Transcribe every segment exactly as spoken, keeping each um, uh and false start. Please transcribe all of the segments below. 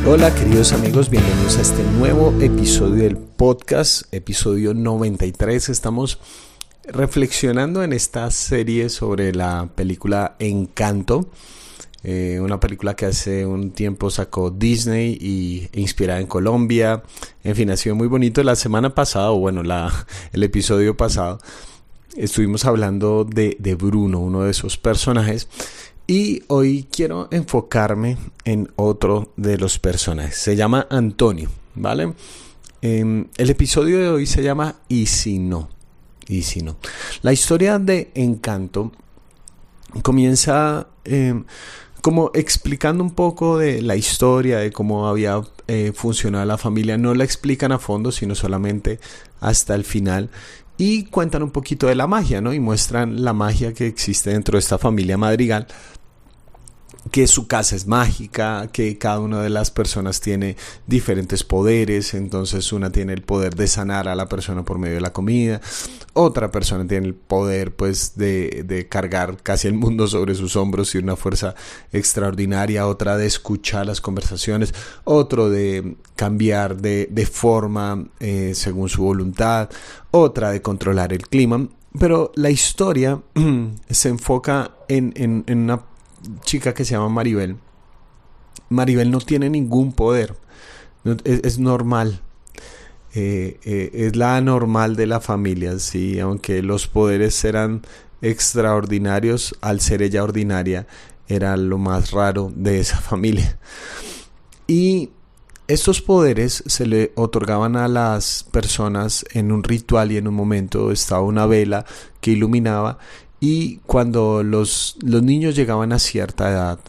Hola queridos amigos, bienvenidos a este nuevo episodio del podcast, episodio noventa y tres. Estamos reflexionando en esta serie sobre la película Encanto, eh, una película que hace un tiempo sacó Disney y inspirada en Colombia. En fin, ha sido muy bonito. La semana pasada, o bueno, la, el episodio pasado, estuvimos hablando de, de Bruno, uno de esos personajes. Y hoy quiero enfocarme en otro de los personajes. Se llama Antonio, ¿vale? Eh, el episodio de hoy se llama ¿Y si no? ¿Y si no? La historia de Encanto comienza eh, como explicando un poco de la historia, de cómo había eh, funcionado la familia. No la explican a fondo, sino solamente hasta el final. Y cuentan un poquito de la magia, ¿no? Y muestran la magia que existe dentro de esta familia Madrigal, que su casa es mágica, que cada una de las personas tiene diferentes poderes. Entonces una tiene el poder de sanar a la persona por medio de la comida, otra persona tiene el poder pues de, de cargar casi el mundo sobre sus hombros y una fuerza extraordinaria, otra de escuchar las conversaciones, otro de cambiar de, de forma eh, según su voluntad, otra de controlar el clima. Pero la historia se enfoca en, en, en una chica que se llama Maribel. Maribel no tiene ningún poder, es, es normal, eh, eh, es la anormal de la familia, sí, aunque los poderes eran extraordinarios, al ser ella ordinaria era lo más raro de esa familia. Y estos poderes se le otorgaban a las personas en un ritual, y en un momento estaba una vela que iluminaba. Y cuando los, los niños llegaban a cierta edad,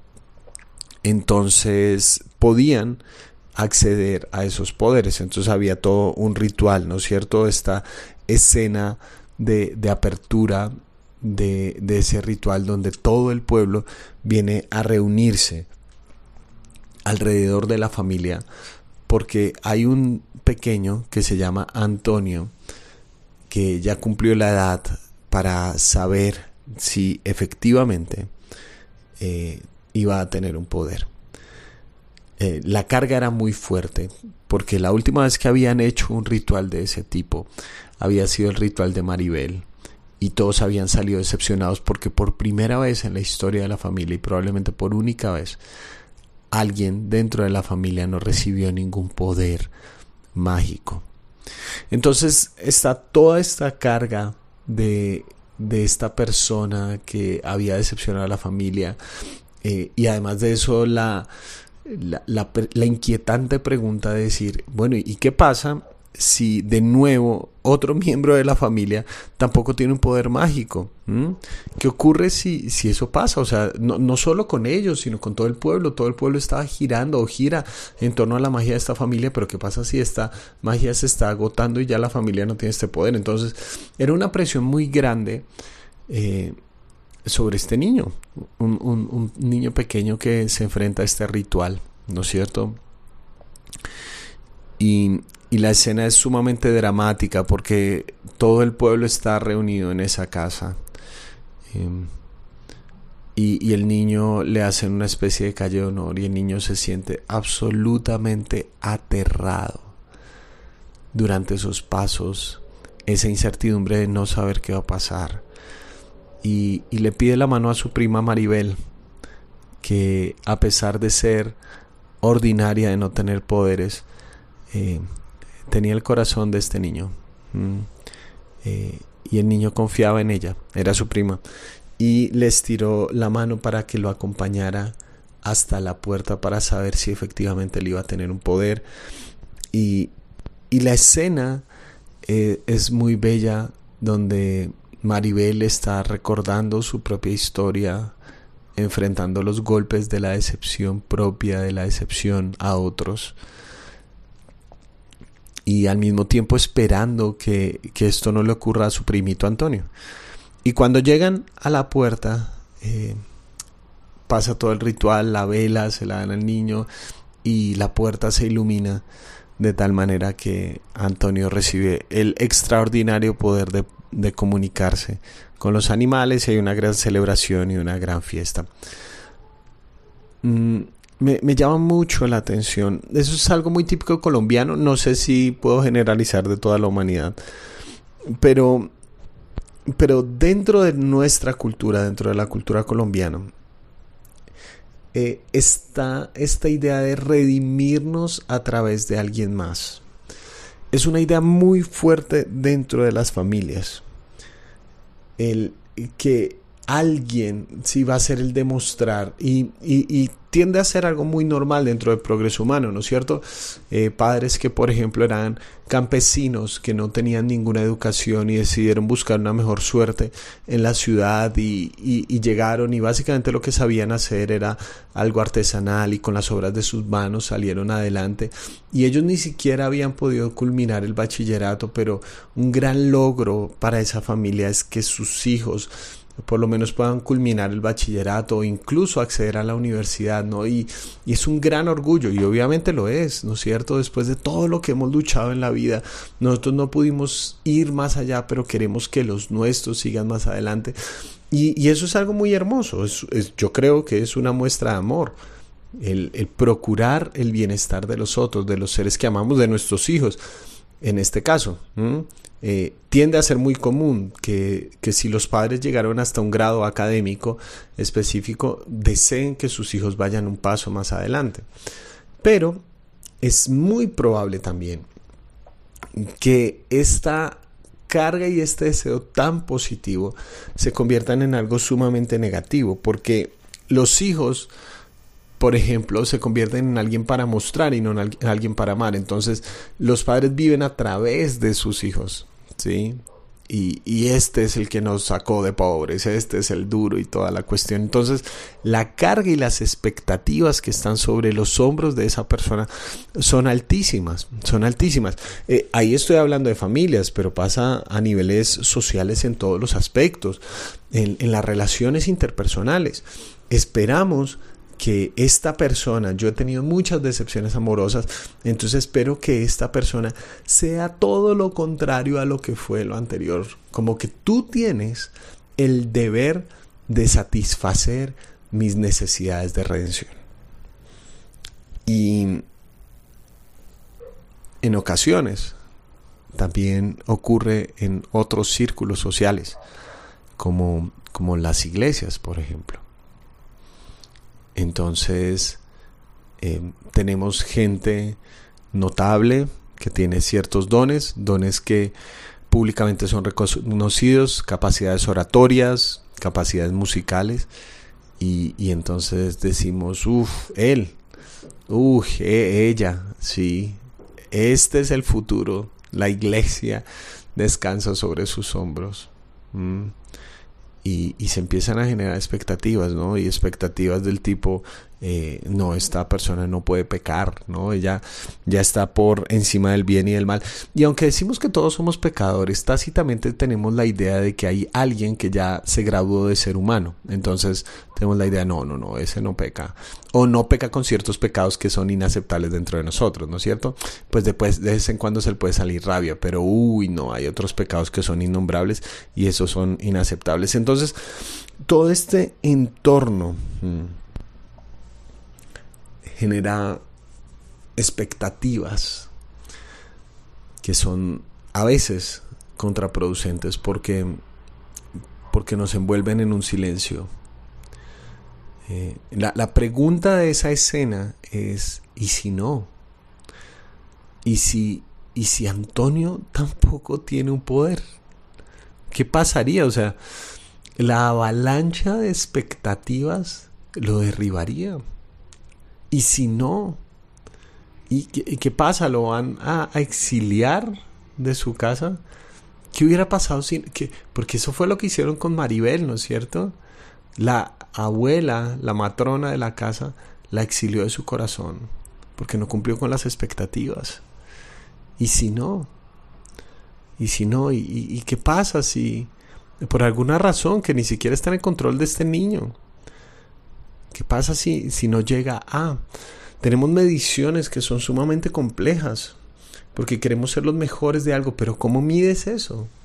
entonces podían acceder a esos poderes. Entonces había todo un ritual, ¿no es cierto? Esta escena de, de apertura de, de ese ritual donde todo el pueblo viene a reunirse alrededor de la familia, porque hay un pequeño que se llama Antonio, que ya cumplió la edad para saber si efectivamente eh, iba a tener un poder. Eh, la carga era muy fuerte, porque la última vez que habían hecho un ritual de ese tipo había sido el ritual de Maribel, y todos habían salido decepcionados porque por primera vez en la historia de la familia, y probablemente por única vez, alguien dentro de la familia no recibió ningún poder mágico. Entonces está toda esta carga de, de esta persona que había decepcionado a la familia, eh, y además de eso la, la, la, la inquietante pregunta de decir, bueno, ¿y qué pasa si de nuevo otro miembro de la familia tampoco tiene un poder mágico? ¿Mm? ¿Qué ocurre si, si eso pasa? O sea, no, no solo con ellos, sino con todo el pueblo. Todo el pueblo estaba girando o gira en torno a la magia de esta familia, pero ¿qué pasa si esta magia se está agotando y ya la familia no tiene este poder? Entonces era una presión muy grande eh, sobre este niño, un, un, un niño pequeño que se enfrenta a este ritual, ¿no es cierto? Y Y la escena es sumamente dramática porque todo el pueblo está reunido en esa casa. Eh, y, y el niño le hacen una especie de calle de honor, y el niño se siente absolutamente aterrado durante esos pasos, esa incertidumbre de no saber qué va a pasar. Y, y le pide la mano a su prima Maribel, que a pesar de ser ordinaria, de no tener poderes, eh, tenía el corazón de este niño, mm. eh, y el niño confiaba en ella, era su prima, y le estiró la mano para que lo acompañara hasta la puerta para saber si efectivamente él iba a tener un poder. Y, y la escena eh, es muy bella, donde Maribel está recordando su propia historia, enfrentando los golpes de la decepción propia, de la decepción a otros, y al mismo tiempo esperando que, que esto no le ocurra a su primito Antonio. Y cuando llegan a la puerta, eh, pasa todo el ritual, la vela se la dan al niño y la puerta se ilumina de tal manera que Antonio recibe el extraordinario poder de, de comunicarse con los animales, y hay una gran celebración y una gran fiesta. Mm, me, me llama mucho la atención. Eso es algo muy típico colombiano. No sé si puedo generalizar de toda la humanidad. Pero, pero dentro de nuestra cultura, dentro de la cultura colombiana, eh, está esta idea de redimirnos a través de alguien más. Es una idea muy fuerte dentro de las familias. El que alguien sí va a ser el demostrar y, y, y tiende a ser algo muy normal dentro del progreso humano, ¿no es cierto? Eh, padres que, por ejemplo, eran campesinos que no tenían ninguna educación y decidieron buscar una mejor suerte en la ciudad y, y, y llegaron y básicamente lo que sabían hacer era algo artesanal y con las obras de sus manos salieron adelante y ellos ni siquiera habían podido culminar el bachillerato, pero un gran logro para esa familia es que sus hijos por lo menos puedan culminar el bachillerato o incluso acceder a la universidad, ¿no? Y, y es un gran orgullo, y obviamente lo es, ¿no es cierto? Después de todo lo que hemos luchado en la vida, nosotros no pudimos ir más allá, pero queremos que los nuestros sigan más adelante. Y, y eso es algo muy hermoso, es, es, yo creo que es una muestra de amor. El, el procurar el bienestar de los otros, de los seres que amamos, de nuestros hijos, en este caso, ¿m? Eh, tiende a ser muy común que, que si los padres llegaron hasta un grado académico específico, deseen que sus hijos vayan un paso más adelante. Pero es muy probable también que esta carga y este deseo tan positivo se conviertan en algo sumamente negativo, porque los hijos, por ejemplo, se convierten en alguien para mostrar y no en alguien para amar. Entonces, los padres viven a través de sus hijos, ¿sí? Y, y este es el que nos sacó de pobres, este es el duro y toda la cuestión. Entonces, la carga y las expectativas que están sobre los hombros de esa persona son altísimas, son altísimas. Eh, ahí estoy hablando de familias, pero pasa a niveles sociales en todos los aspectos, en, en las relaciones interpersonales. Esperamos que esta persona, yo he tenido muchas decepciones amorosas, entonces espero que esta persona sea todo lo contrario a lo que fue lo anterior, como que tú tienes el deber de satisfacer mis necesidades de redención. Y en ocasiones también ocurre en otros círculos sociales, como, como las iglesias, por ejemplo. Entonces, eh, tenemos gente notable que tiene ciertos dones, dones que públicamente son reconocidos, capacidades oratorias, capacidades musicales, y, y entonces decimos, uff, él, uff, e- ella, sí, este es el futuro, la iglesia descansa sobre sus hombros. ¿Mm? Y, y se empiezan a generar expectativas, ¿no? Y expectativas del tipo, eh, no, esta persona no puede pecar, ¿no? Ella ya está por encima del bien y del mal. Y aunque decimos que todos somos pecadores, tácitamente tenemos la idea de que hay alguien que ya se graduó de ser humano. Entonces tenemos la idea, no, no, no, ese no peca. O no peca con ciertos pecados que son inaceptables dentro de nosotros, ¿no es cierto? Pues después, de vez en cuando se le puede salir rabia, pero uy, no, hay otros pecados que son innombrables y esos son inaceptables. Entonces, todo este entorno mmm, genera expectativas que son a veces contraproducentes porque, porque nos envuelven en un silencio. Eh, la, la pregunta de esa escena es, ¿y si no? ¿Y si, y si Antonio tampoco tiene un poder? ¿Qué pasaría? O sea, la avalancha de expectativas lo derribaría. ¿Y si no? ¿Y qué, y qué pasa? ¿Lo van a, a exiliar de su casa? ¿Qué hubiera pasado sin que? Porque eso fue lo que hicieron con Maribel, ¿no es cierto? La abuela, la matrona de la casa, la exilió de su corazón porque no cumplió con las expectativas. ¿Y si no? ¿Y si no? ¿Y, y, y qué pasa si por alguna razón que ni siquiera está en el control de este niño? ¿Qué pasa si, si no llega a? Tenemos mediciones que son sumamente complejas porque queremos ser los mejores de algo, pero ¿cómo mides eso?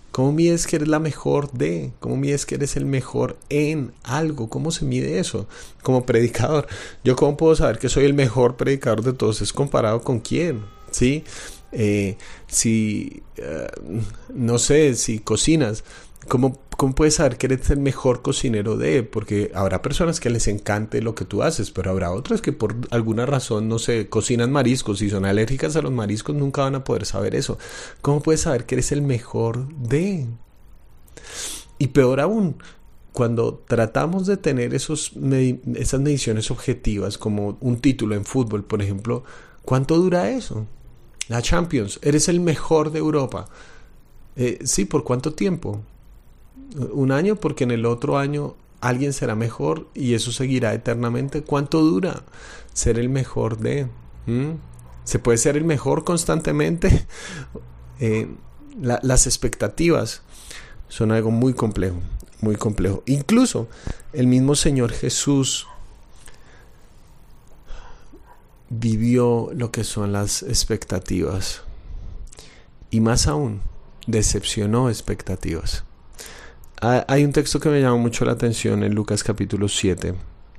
¿Cómo mides que eres la mejor de? ¿Cómo mides que eres el mejor en algo? ¿Cómo se mide eso? Como predicador. ¿Yo cómo puedo saber que soy el mejor predicador de todos? ¿Es comparado con quién? ¿Sí? Eh, si, uh, no sé, si cocinas, ¿cómo, ¿cómo puedes saber que eres el mejor cocinero de? Porque habrá personas que les encante lo que tú haces, pero habrá otras que por alguna razón, no sé, cocinan mariscos y son alérgicas a los mariscos, nunca van a poder saber eso. ¿Cómo puedes saber que eres el mejor de? Y peor aún, cuando tratamos de tener esos med- esas mediciones objetivas, como un título en fútbol, por ejemplo, ¿cuánto dura eso? La Champions, eres el mejor de Europa. Eh, sí, ¿por cuánto tiempo? Un año, porque en el otro año alguien será mejor y eso seguirá eternamente. ¿Cuánto dura ser el mejor de? ¿Mm? ¿Se puede ser el mejor constantemente? eh, la, las expectativas son algo muy complejo, muy complejo. Incluso el mismo Señor Jesús vivió lo que son las expectativas y más aún decepcionó expectativas. Hay un texto que me llama mucho la atención en Lucas capítulo siete,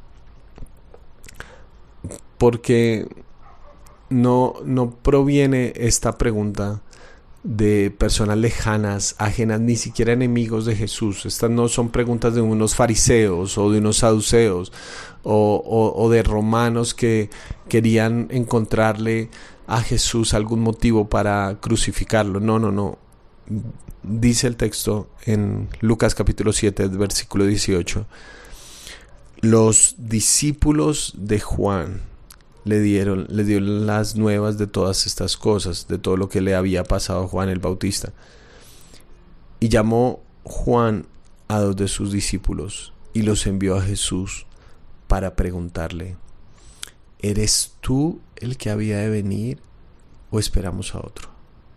porque no, no proviene esta pregunta de personas lejanas, ajenas, ni siquiera enemigos de Jesús. Estas no son preguntas de unos fariseos o de unos saduceos o, o, o de romanos que querían encontrarle a Jesús algún motivo para crucificarlo. No, no, no. Dice el texto en Lucas capítulo siete, versículo dieciocho. Los discípulos de Juan le dieron, le dieron las nuevas de todas estas cosas, de todo lo que le había pasado a Juan el Bautista. Y llamó Juan a dos de sus discípulos y los envió a Jesús para preguntarle: ¿eres tú el que había de venir o esperamos a otro?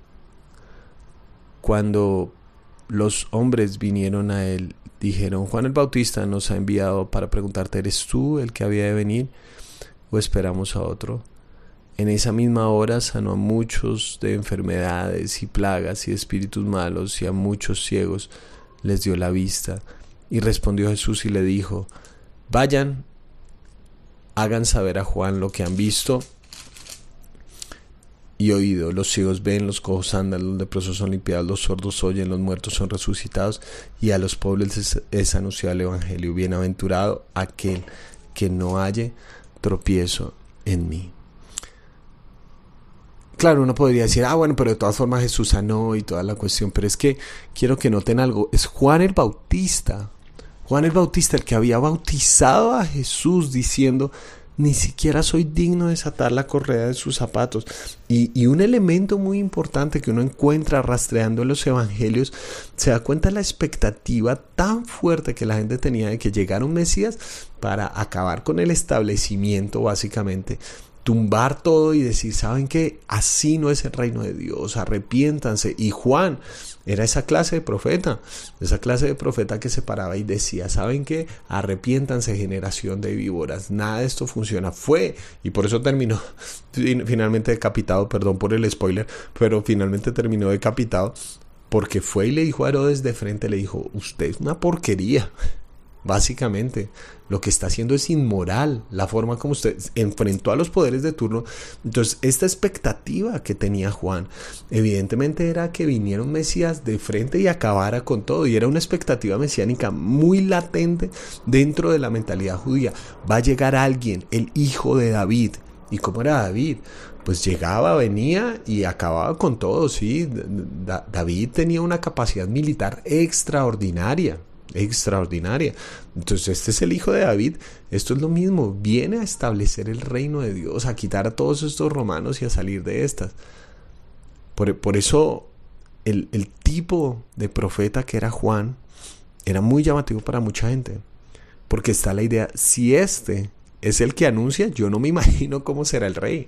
Cuando los hombres vinieron a él, dijeron: Juan el Bautista nos ha enviado para preguntarte, ¿eres tú el que había de venir o esperamos a otro? En esa misma hora sanó a muchos de enfermedades y plagas y espíritus malos, y a muchos ciegos les dio la vista. Y respondió Jesús y le dijo: vayan, hagan saber a Juan lo que han visto y oído. Los ciegos ven, los cojos andan, los leprosos son limpiados, los sordos oyen, los muertos son resucitados, y a los pobres es, es anunciado el evangelio. Bienaventurado aquel que no halle tropiezo en mí. Claro, uno podría decir: ah, bueno, pero de todas formas Jesús sanó y toda la cuestión. Pero es que quiero que noten algo. Es Juan el Bautista. Juan el Bautista el que había bautizado a Jesús diciendo: ni siquiera soy digno de desatar la correa de sus zapatos. Y, y un elemento muy importante que uno encuentra rastreando en los evangelios, se da cuenta de la expectativa tan fuerte que la gente tenía de que llegara un Mesías para acabar con el establecimiento, básicamente, tumbar todo y decir: ¿saben qué? Así no es el reino de Dios, arrepiéntanse. Y Juan era esa clase de profeta, esa clase de profeta que se paraba y decía: ¿saben qué? Arrepiéntanse, generación de víboras, nada de esto funciona. Fue, y por eso terminó finalmente decapitado, perdón por el spoiler, pero finalmente terminó decapitado, porque fue y le dijo a Herodes de frente, le dijo: usted es una porquería. Básicamente, lo que está haciendo es inmoral, la forma como usted enfrentó a los poderes de turno. Entonces, esta expectativa que tenía Juan, evidentemente era que viniera un Mesías de frente y acabara con todo, y era una expectativa mesiánica muy latente dentro de la mentalidad judía. Va a llegar alguien, el hijo de David. ¿Y cómo era David? Pues llegaba, venía y acababa con todo, ¿sí? Da- David tenía una capacidad militar extraordinaria. extraordinaria. Entonces este es el hijo de David. Esto es lo mismo, viene a establecer el reino de Dios, a quitar a todos estos romanos y a salir de estas. Por, por eso el, el tipo de profeta que era Juan era muy llamativo para mucha gente, porque está la idea: si este es el que anuncia, yo no me imagino cómo será el rey.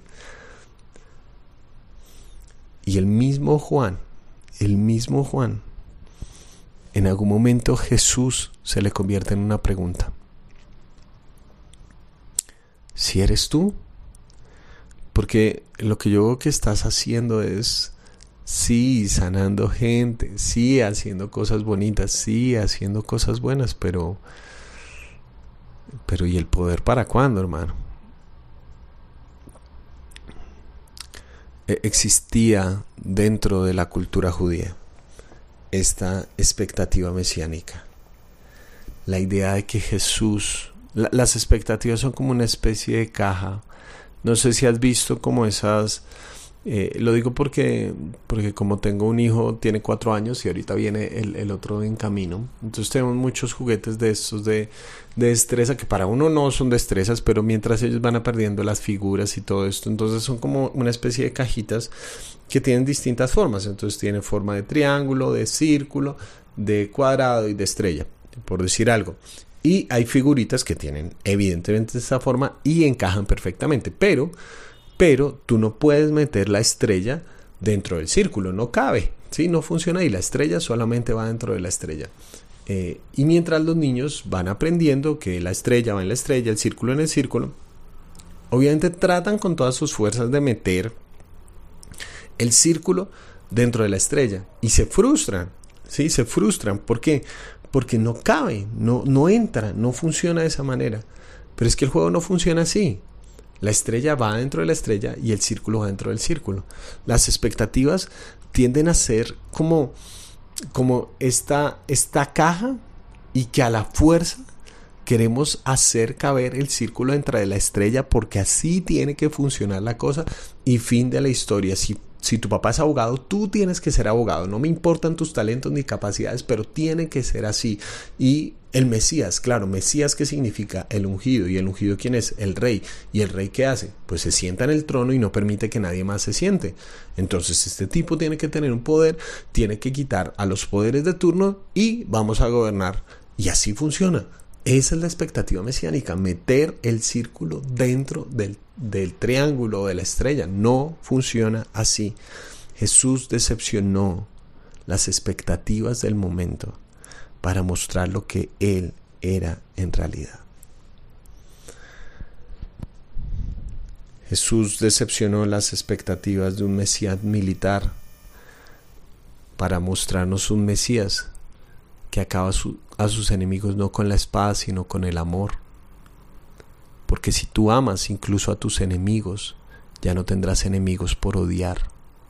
Y el mismo Juan, el mismo Juan en algún momento Jesús se le convierte en una pregunta: ¿si eres tú? Porque lo que yo veo que estás haciendo es Sí, sanando gente, sí, haciendo cosas bonitas, sí, haciendo cosas buenas, pero, pero ¿y el poder para cuándo, hermano? E- Existía dentro de la cultura judía esta expectativa mesiánica, la idea de que Jesús, la- las expectativas son como una especie de caja. No sé si has visto como esas. Eh, lo digo porque, porque como tengo un hijo, tiene cuatro años y ahorita viene el, el otro en camino. Entonces tenemos muchos juguetes de estos de, de destreza, que para uno no son destrezas, pero mientras ellos van perdiendo las figuras y todo esto, entonces son como una especie de cajitas que tienen distintas formas. Entonces tiene forma de triángulo, de círculo, de cuadrado y de estrella, por decir algo. Y hay figuritas que tienen evidentemente esta forma y encajan perfectamente, pero pero tú no puedes meter la estrella dentro del círculo, no cabe, ¿sí? No funciona y la estrella solamente va dentro de la estrella. Eh, y mientras los niños van aprendiendo que la estrella va en la estrella, el círculo en el círculo, obviamente tratan con todas sus fuerzas de meter el círculo dentro de la estrella y se frustran, ¿sí? Se frustran, ¿por qué? Porque no cabe, no, no entra, no funciona de esa manera. Pero es que el juego no funciona así. La estrella va dentro de la estrella y el círculo va dentro del círculo. Las expectativas tienden a ser como, como esta, esta caja, y que a la fuerza queremos hacer caber el círculo dentro de la estrella porque así tiene que funcionar la cosa y fin de la historia. Si, si tu papá es abogado, tú tienes que ser abogado. No me importan tus talentos ni capacidades, pero tiene que ser así. Y el Mesías, claro, Mesías, ¿qué significa? El ungido. ¿Y el ungido quién es? El rey. ¿Y el rey qué hace? Pues se sienta en el trono y no permite que nadie más se siente. Entonces este tipo tiene que tener un poder, tiene que quitar a los poderes de turno y vamos a gobernar. Y así funciona. Esa es la expectativa mesiánica, meter el círculo dentro del, del triángulo o de la estrella. No funciona así. Jesús decepcionó las expectativas del momento para mostrar lo que Él era en realidad. Jesús decepcionó las expectativas de un Mesías militar para mostrarnos un Mesías que acaba su, a sus enemigos no con la espada, sino con el amor. Porque si tú amas incluso a tus enemigos, ya no tendrás enemigos por odiar.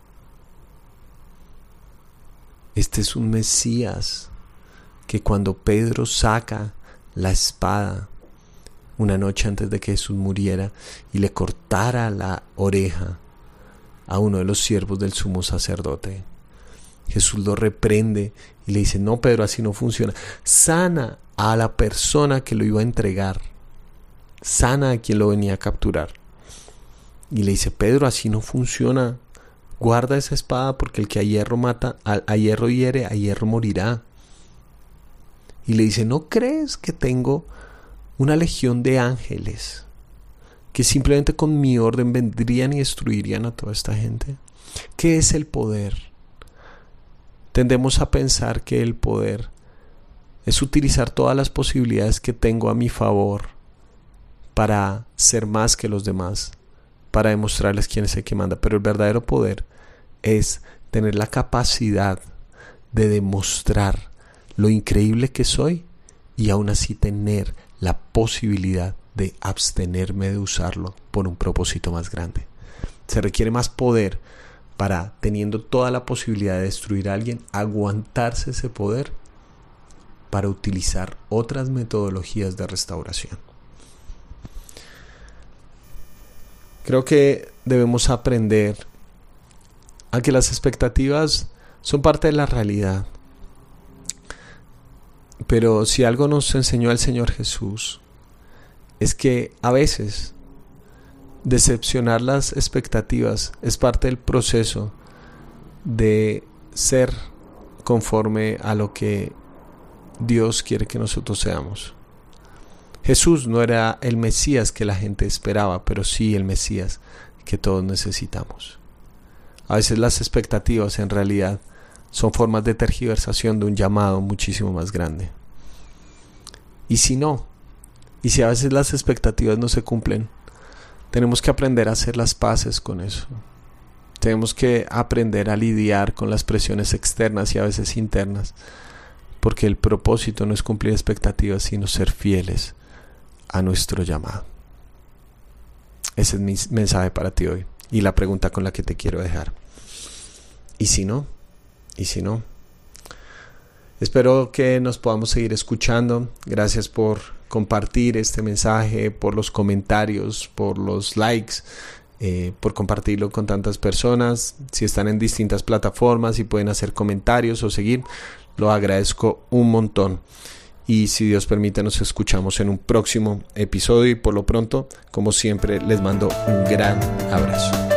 Este es un Mesías que cuando Pedro saca la espada una noche antes de que Jesús muriera y le cortara la oreja a uno de los siervos del sumo sacerdote, Jesús lo reprende y le dice: no, Pedro, así no funciona. Sana a la persona que lo iba a entregar, sana a quien lo venía a capturar. Y le dice: Pedro, así no funciona. Guarda esa espada, porque el que a hierro mata, a, a hierro hiere, a hierro morirá. Y le dice: ¿no crees que tengo una legión de ángeles que simplemente con mi orden vendrían y destruirían a toda esta gente? ¿Qué es el poder? Tendemos a pensar que el poder es utilizar todas las posibilidades que tengo a mi favor para ser más que los demás, para demostrarles quién es el que manda. Pero el verdadero poder es tener la capacidad de demostrar lo increíble que soy y aún así tener la posibilidad de abstenerme de usarlo por un propósito más grande. Se requiere más poder para, teniendo toda la posibilidad de destruir a alguien, aguantarse ese poder para utilizar otras metodologías de restauración. Creo que debemos aprender a que las expectativas son parte de la realidad. Pero si algo nos enseñó el Señor Jesús, es que a veces decepcionar las expectativas es parte del proceso de ser conforme a lo que Dios quiere que nosotros seamos. Jesús no era el Mesías que la gente esperaba, pero sí el Mesías que todos necesitamos. A veces las expectativas en realidad son formas de tergiversación de un llamado muchísimo más grande. Y si no, y si a veces las expectativas no se cumplen, tenemos que aprender a hacer las paces con eso. Tenemos que aprender a lidiar con las presiones externas y a veces internas, porque el propósito no es cumplir expectativas, sino ser fieles a nuestro llamado. Ese es mi mensaje para ti hoy y la pregunta con la que te quiero dejar. ¿Y si no? ¿Y si no? Espero que nos podamos seguir escuchando. Gracias por compartir este mensaje, por los comentarios, por los likes, eh, por compartirlo con tantas personas. Si están en distintas plataformas y pueden hacer comentarios o seguir, lo agradezco un montón. Y si Dios permite, nos escuchamos en un próximo episodio y por lo pronto, como siempre, les mando un gran abrazo.